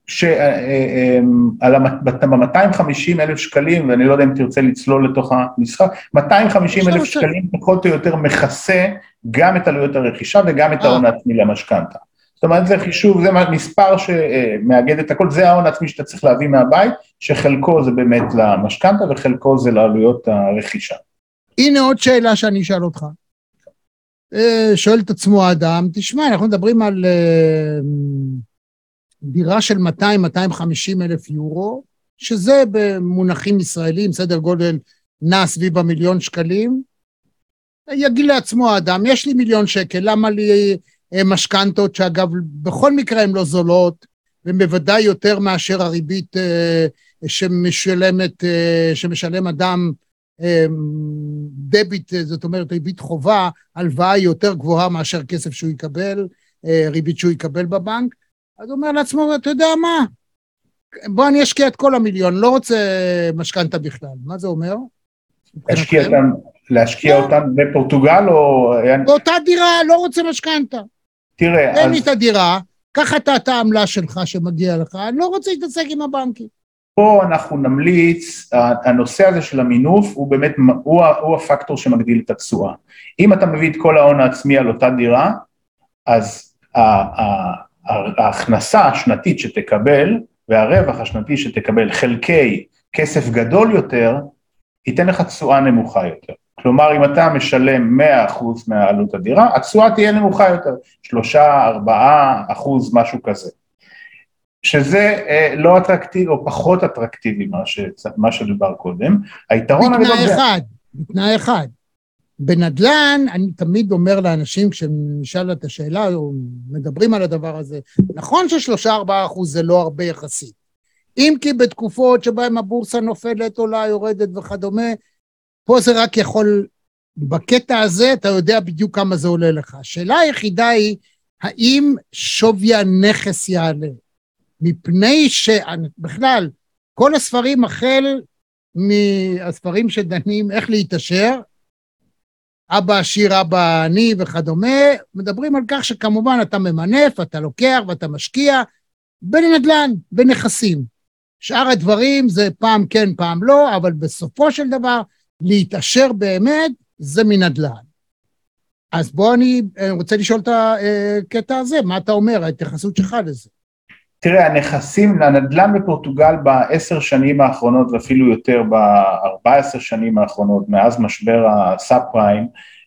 [SPEAKER 1] ב-250,000 שקלים, ואני לא יודע אם תרצה לצלול לתוך המשחק, 250,000 שקלים פחות או יותר מכסה גם את עלויות הרכישה וגם את ההון העצמי למשכנתא. זאת אומרת, זה חישוב, זה מספר שמאגד את הכל, זה ההון העצמי שאתה צריך להביא מהבית, שחלקו זה באמת למשכנתא וחלקו זה לעלויות הרכישה. הנה עוד שאלה שאני אשאל אותך. שואל את עצמו האדם, תשמע, אנחנו מדברים על דירה של 200,000-250,000 יורו, שזה במונחים ישראלים, סדר גודל נע סביב 1,000,000 שקלים, יגיד לעצמו האדם, יש לי 1,000,000 שקל, למה לי משכנתות, שאגב, בכל מקרה הן לא זולות, ובוודאי יותר מאשר הריבית שמשלם אדם דביט, זאת אומרת, ריבית חובה, הלוואה יותר גבוהה מאשר כסף שהוא יקבל, ריבית שהוא יקבל בבנק, אז הוא אומר לעצמו, אתה יודע מה? בוא אני אשקיע את כל 1,000,000, לא רוצה משכנתה בכלל. מה זה אומר?
[SPEAKER 2] להשקיע אותם בפורטוגל או...
[SPEAKER 1] באותה דירה, לא רוצה משכנתה.
[SPEAKER 2] תראה,
[SPEAKER 1] תן לי את הדירה, קח אתה את העמלה שלך שמגיע לך, אני לא רוצה להתעסק עם הבנקים.
[SPEAKER 2] פה אנחנו נמליץ, הנושא הזה של המינוף הוא באמת, הוא הפקטור שמגדיל את התשואה. אם אתה מביא את כל ההון העצמי על אותה דירה, אז ההכנסה השנתית שתקבל, והרווח השנתי שתקבל חלקי כסף גדול יותר, ייתן לך תשואה נמוכה יותר. כלומר, אם אתה משלם 100% מעלות הדירה, התשואה תהיה נמוכה יותר, 3-4%, משהו כזה. שזה לא אטרקטיבי, או פחות אטרקטיבי מה שדובר קודם. היתרון הגדול זה...
[SPEAKER 1] בתנאי אחד. בנדל"ן, אני תמיד אומר לאנשים, כשנשאל את השאלה, או מדברים על הדבר הזה, נכון ש3-4% זה לא הרבה יחסית. אם כי בתקופות שבהן הבורסה נופלת, עולה, יורדת וכדומה, פה זה רק יכול, בקטע הזה אתה יודע בדיוק כמה זה עולה לך. השאלה היחידה היא, האם שווי הנכס יעלה? מפני שבכלל, כל הספרים החל מהספרים שדנים איך להתעשר, אבא עשיר, אבא עני וכדומה, מדברים על כך שכמובן אתה ממנף, אתה לוקח ואתה משקיע, בנדל"ן, בנכסים. שאר הדברים זה פעם כן, פעם לא, אבל בסופו של דבר, להתעשר באמת, זה מנדל"ן. אז בוא אני רוצה לשאול את הקטע הזה, מה אתה אומר, ההתייחסות שלך לזה?
[SPEAKER 2] תראה, הנכסים, הנדל"ן בפורטוגל ב10 שנים האחרונות, ואפילו יותר ב14 שנים האחרונות, מאז משבר הסאב פריים,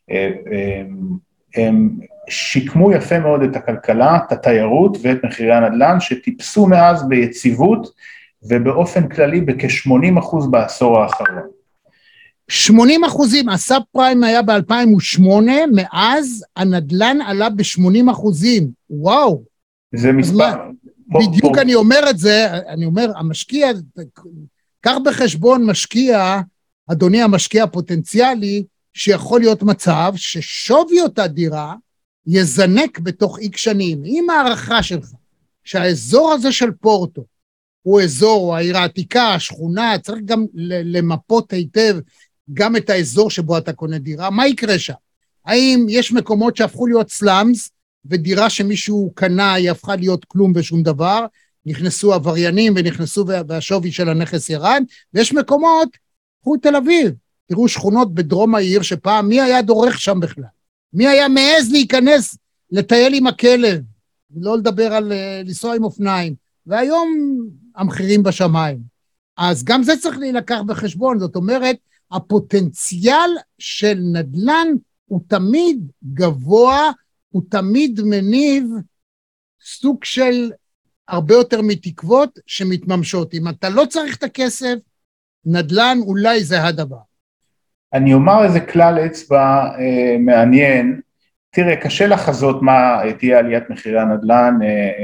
[SPEAKER 2] הם שיקמו יפה מאוד את הכלכלה, את התיירות ואת מחירי הנדל"ן, שטיפסו מאז ביציבות, ובאופן כללי בכ-80% בעשור האחרון.
[SPEAKER 1] 80%, הסאב פריים היה ב-2008, מאז הנדל"ן עלה ב-80%, וואו.
[SPEAKER 2] זה מספר...
[SPEAKER 1] בדיוק אני אומר את זה, אני אומר, המשקיע, קח בחשבון משקיע, אדוני המשקיע הפוטנציאלי, שיכול להיות מצב ששווי אותה דירה יזנק בתוך איקס שנים, עם הערכה שלך, שהאזור הזה של פורטו, הוא אזור, העיר העתיקה, השכונה, צריך גם למפות היטב גם את האזור שבו אתה קונה דירה, מה יקרה שם? האם יש מקומות שהפכו להיות סלאמס, ודירה שמישהו קנה היא הפכה להיות כלום ושום דבר, נכנסו עבריינים ונכנסו והשווי של הנכס ירד, ויש מקומות, קחו תל אביב, תראו שכונות בדרום העיר שפעם מי היה דורך שם בכלל? מי היה מעז להיכנס לטייל עם הכלב, לא לדבר על לנסוע עם אופניים, והיום המחירים בשמיים. אז גם זה צריך להילקח בחשבון, זאת אומרת, הפוטנציאל של נדל"ן הוא תמיד גבוה, הוא תמיד מניב סוג של הרבה יותר מתקוות שמתממשות. אם אתה לא צריך את הכסף, נדל"ן אולי זה הדבר.
[SPEAKER 2] אני אומר איזה כלל אצבע מעניין, תראה, קשה לחזות מה תהיה עליית מחירי הנדל"ן,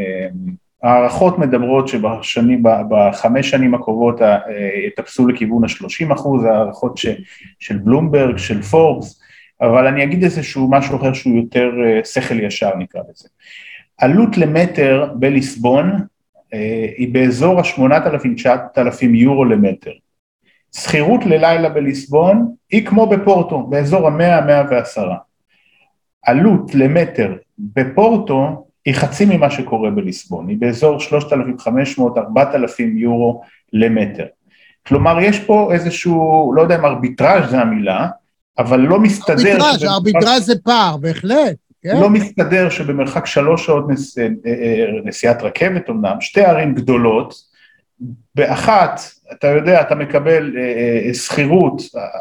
[SPEAKER 2] הערכות מדברות ב5 שנים הקרובות יטפסו לכיוון ה-30%, הערכות של בלומברג, של פורבס, אבל אני אגיד איזשהו משהו אחר שהוא יותר שכל ישר נקרא לזה. עלות למטר בליסבון היא באזור ה-8,000-9,000 יורו למטר. שכירות ללילה בליסבון היא כמו בפורטו, באזור ה-100-110. עלות למטר בפורטו היא חצי ממה שקורה בליסבון, היא באזור 3,500-4,000 יורו למטר. כלומר, יש פה איזשהו, לא יודע אם ארביטראז' זה המילה, אבל לא מסתדר...
[SPEAKER 1] ארביטראז' זה פער, בהחלט. כן?
[SPEAKER 2] לא מסתדר שבמרחק 3 שעות נסיעת רכבת, אמנם, 2 ערים גדולות, באחת, אתה יודע, אתה מקבל שכירות,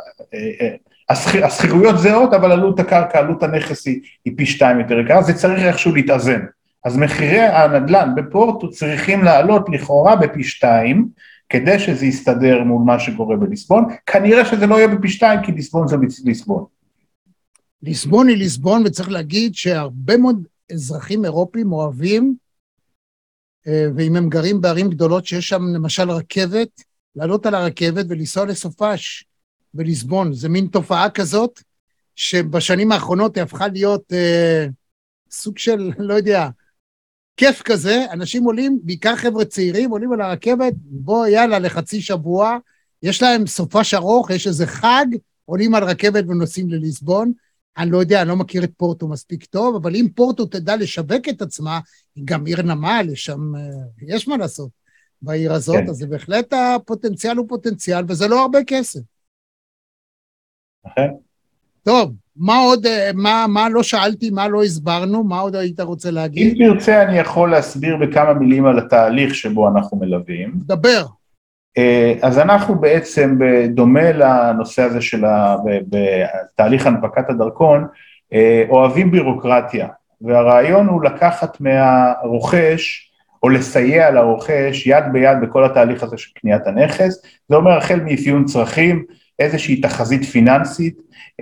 [SPEAKER 2] השכירויות זהות, אבל עלות הקרקע, עלות הנכס היא פי 2 יותר יקרה, זה צריך איכשהו להתאזן. אז מחירי הנדל"ן בפורטו צריכים לעלות לכאורה בפי 2, כדי שזה יסתדר מול מה שקורה בליסבון, כנראה שזה לא יהיה בפי 2, כי ליסבון זה ליסבון.
[SPEAKER 1] ליסבון היא ליסבון, וצריך להגיד שהרבה מאוד אזרחים אירופיים אוהבים, ואם הם גרים בערים גדולות שיש שם למשל רכבת, לעלות על הרכבת ולנסוע לסופש בליסבון. זה מין תופעה כזאת, שבשנים האחרונות היא הפכה להיות סוג של, לא יודע, כיף כזה, אנשים עולים, בעיקר חבר'ה צעירים, עולים על הרכבת, בוא יאללה לחצי שבוע, יש להם סופש ארוך, יש איזה חג, עולים על רכבת ונוסעים לליסבון, אני לא יודע, אני לא מכיר את פורטו מספיק טוב, אבל אם פורטו תדע לשווק את עצמה, היא גם עיר נמל, יש מה לעשות בעיר הזאת, כן. אז זה בהחלט הפוטנציאל הוא פוטנציאל, וזה לא הרבה כסף.
[SPEAKER 2] נכון.
[SPEAKER 1] טוב, מה עוד, מה לא שאלתי, מה לא הסברנו, מה עוד היית רוצה להגיד?
[SPEAKER 2] אם תרצה, אני יכול להסביר בכמה מילים על התהליך שבו אנחנו מלווים.
[SPEAKER 1] דבר.
[SPEAKER 2] אז אנחנו בעצם, בדומה לנושא הזה של בתהליך הנפקת הדרכון, אוהבים בירוקרטיה, והרעיון הוא לקחת מהרוכש, או לסייע לרוכש יד ביד בכל התהליך הזה של קניית הנכס, זה אומר החל מאפיון צרכים, איזושהי תחזית פיננסית,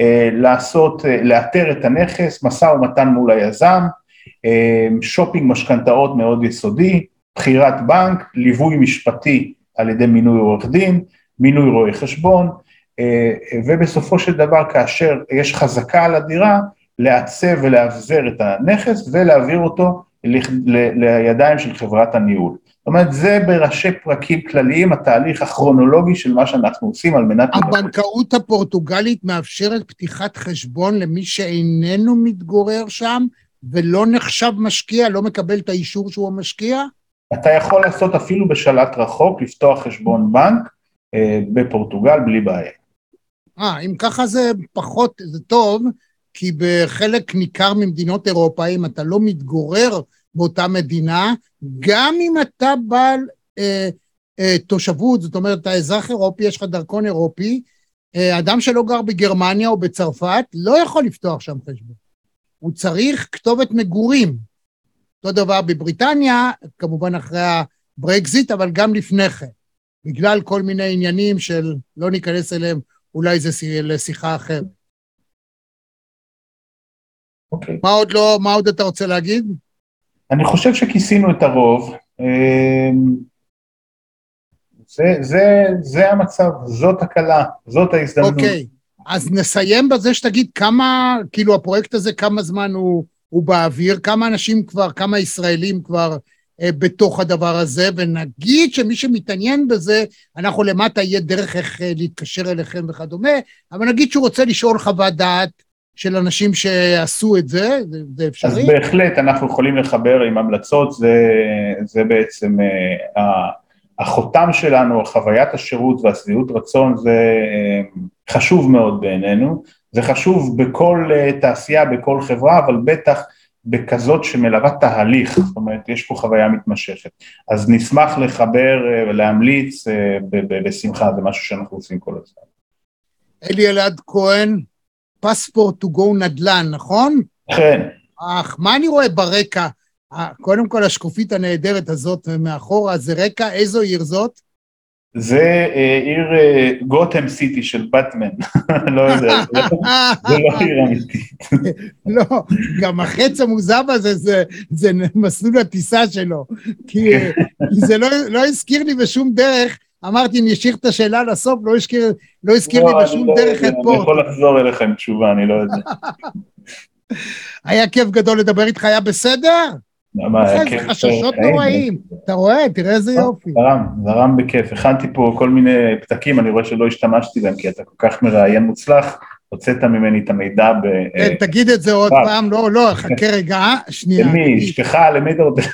[SPEAKER 2] לאתר את הנכס, משא ומתן מול היזם, שופינג משכנתאות מאוד יסודי, בחירת בנק, ליווי משפטי על ידי מינוי עורך דין, מינוי רואה חשבון, ובסופו של דבר כאשר יש חזקה על הדירה, לעצב ולהבזר את הנכס ולהעביר אותו לידיים של חברת הניהול. זאת אומרת, זה בראשי פרקים כלליים, התהליך הכרונולוגי של מה שאנחנו עושים על מנת...
[SPEAKER 1] הבנקאות הפורטוגלית מאפשרת פתיחת חשבון למי שאיננו מתגורר שם, ולא נחשב משקיע, לא מקבל את האישור שהוא המשקיע?
[SPEAKER 2] אתה יכול לעשות אפילו בשלט רחוק, לפתוח חשבון בנק בפורטוגל בלי בעיה.
[SPEAKER 1] אם ככה זה פחות, זה טוב, כי בחלק ניכר ממדינות אירופה, אם אתה לא מתגורר באותה מדינה, גם אם אתה בעל תושבות, זאת אומרת, אתה אזרח אירופי, יש לך דרכון אירופי, אדם שלא גר בגרמניה או בצרפת, לא יכול לפתוח שם חשבון. הוא צריך כתובת מגורים. אותו דבר בבריטניה, כמובן אחרי הברקזיט, אבל גם לפני כן. בגלל כל מיני עניינים של לא ניכנס אליהם, אולי זה לשיחה אחרת.
[SPEAKER 2] אוקיי.
[SPEAKER 1] מה עוד אתה רוצה להגיד?
[SPEAKER 2] אני חושב שכיסינו את הרוב. זה המצב, זאת הקלה, זאת ההזדמנות.
[SPEAKER 1] אוקיי, אז נסיים בזה שתגיד כמה, כאילו הפרויקט הזה, כמה זמן הוא באוויר, כמה אנשים כבר, כמה ישראלים כבר בתוך הדבר הזה, ונגיד שמי שמתעניין בזה, אנחנו למטה יהיה דרך איך להתקשר אליכם וכדומה, אבל נגיד שהוא רוצה לשאול חוות דעת של אנשים שעשו את זה, זה אפשרי?
[SPEAKER 2] אז בהחלט אנחנו יכולים לחבר עם המלצות, זה בעצם החותם שלנו, חוויית השירות והשביעות רצון, זה חשוב מאוד בעינינו, זה חשוב בכל תעשייה, בכל חברה, אבל בטח בכזאת שמלווה תהליך, זאת אומרת, יש פה חוויה מתמשכת. אז נשמח לחבר ולהמליץ בשמחה, זה משהו שאנחנו עושים כל הזמן.
[SPEAKER 1] אלי אלעד כהן, פספורט טו גו נדל"ן, נכון?
[SPEAKER 2] כן.
[SPEAKER 1] מה אני רואה ברקע? קודם כל השקופית הנהדרת הזאת מאחורה, זה רקע, איזו עיר זאת?
[SPEAKER 2] זה עיר גותם סיטי של בטמן, לא יודע, זה לא עיר אמיתית.
[SPEAKER 1] לא, גם החץ המוזב הזה, זה מסלול הטיסה שלו, כי זה לא הזכיר לי בשום דרך, אמרתי, אני אשאיר את השאלה לסוף, לא הזכיר לי בשום דרך את פה.
[SPEAKER 2] אני יכול לחזור אליך עם תשובה, אני לא יודע.
[SPEAKER 1] היה כיף גדול לדבר איתך, היה בסדר? זה חששות נוראים, אתה רואה, תראה איזה יופי.
[SPEAKER 2] זרם בכיף, הכנתי פה כל מיני פתקים, אני רואה שלא השתמשתי בהם, כי אתה כל כך מראיין מוצלח, הוצאת ממני את המידע
[SPEAKER 1] תגיד את זה עוד פעם, לא, חכה רגע, שנייה.
[SPEAKER 2] למי, אשתך, למי אתה רוצה?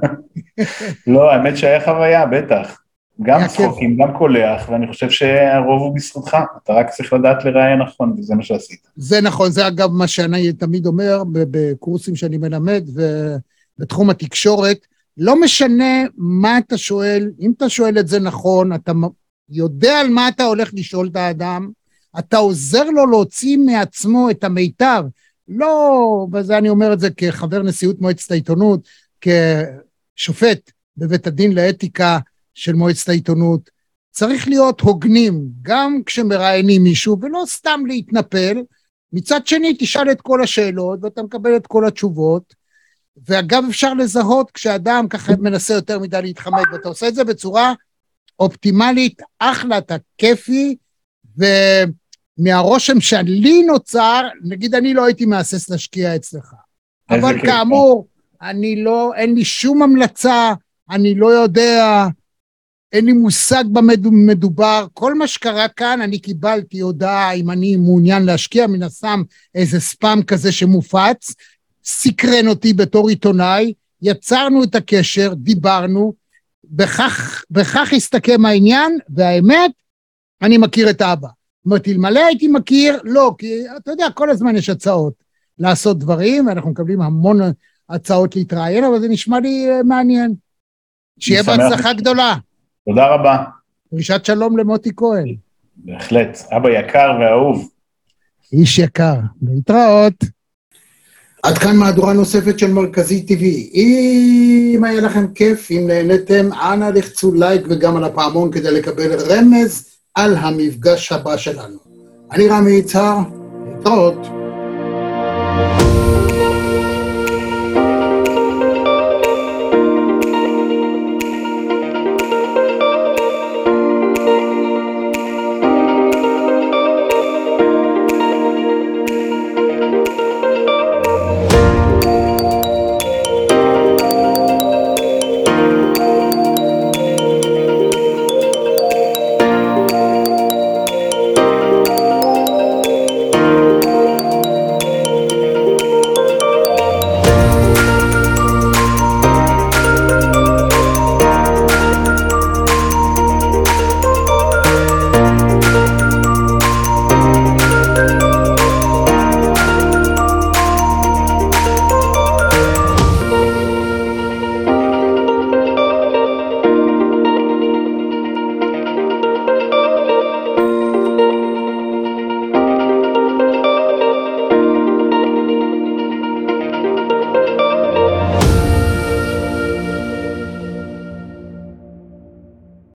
[SPEAKER 2] לא, האמת שהיה חוויה, בטח. גם צחוקים, גם קולח, ואני חושב שהרוב הוא בזכותך, אתה רק צריך לדעת לראיין נכון, וזה מה שעשית.
[SPEAKER 1] זה נכון, זה אגב מה שאני תמיד אומר, בקורסים שאני מלמד, ובתחום התקשורת, לא משנה מה אתה שואל, אם אתה שואל את זה נכון, אתה יודע על מה אתה הולך לשאול את האדם, אתה עוזר לו להוציא מעצמו את המיטב, לא, וזה אני אומר את זה כחבר נשיאות מועצת העיתונות, כשופט בבית הדין לאתיקה, של מועצת העיתונות, צריך להיות הוגנים, גם כשמראיינים מישהו, ולא סתם להתנפל, מצד שני, תשאל את כל השאלות, ואתה מקבל את כל התשובות, ואגב אפשר לזהות כשאדם ככה מנסה יותר מדי להתחמק, ואתה עושה את זה בצורה אופטימלית, אחלה, אתה כיפי, ומהרושם שלי נוצר, נגיד אני לא הייתי מהסס להשקיע אצלך, אבל כאמור, אין לי שום המלצה, אני לא יודע, אין לי מושג במדובר, כל מה שקרה כאן, אני קיבלתי הודעה אם אני מעוניין להשקיע, מן הסתם איזה ספאם כזה שמופץ, סקרן אותי בתור עיתונאי, יצרנו את הקשר, דיברנו, בכך הסתכם העניין, והאמת, אני מכיר את אבא. זאת אומרת, אלמלא הייתי מכיר, לא, כי אתה יודע, כל הזמן יש הצעות לעשות דברים, ואנחנו מקבלים המון הצעות להתראיין, אבל זה נשמע לי מעניין. שיהיה בהצלחה גדולה.
[SPEAKER 2] תודה רבה.
[SPEAKER 1] דרישת שלום למוטי כהן.
[SPEAKER 2] בהחלט, אבא יקר ואהוב.
[SPEAKER 1] איש יקר, להתראות. עד כאן מהדורה נוספת של מרכזי TV. אם היה לכם כיף, אם נהנתם, אנא לחצו לייק וגם על הפעמון כדי לקבל רמז על המפגש הבא שלנו. אני רמי יצהר, להתראות.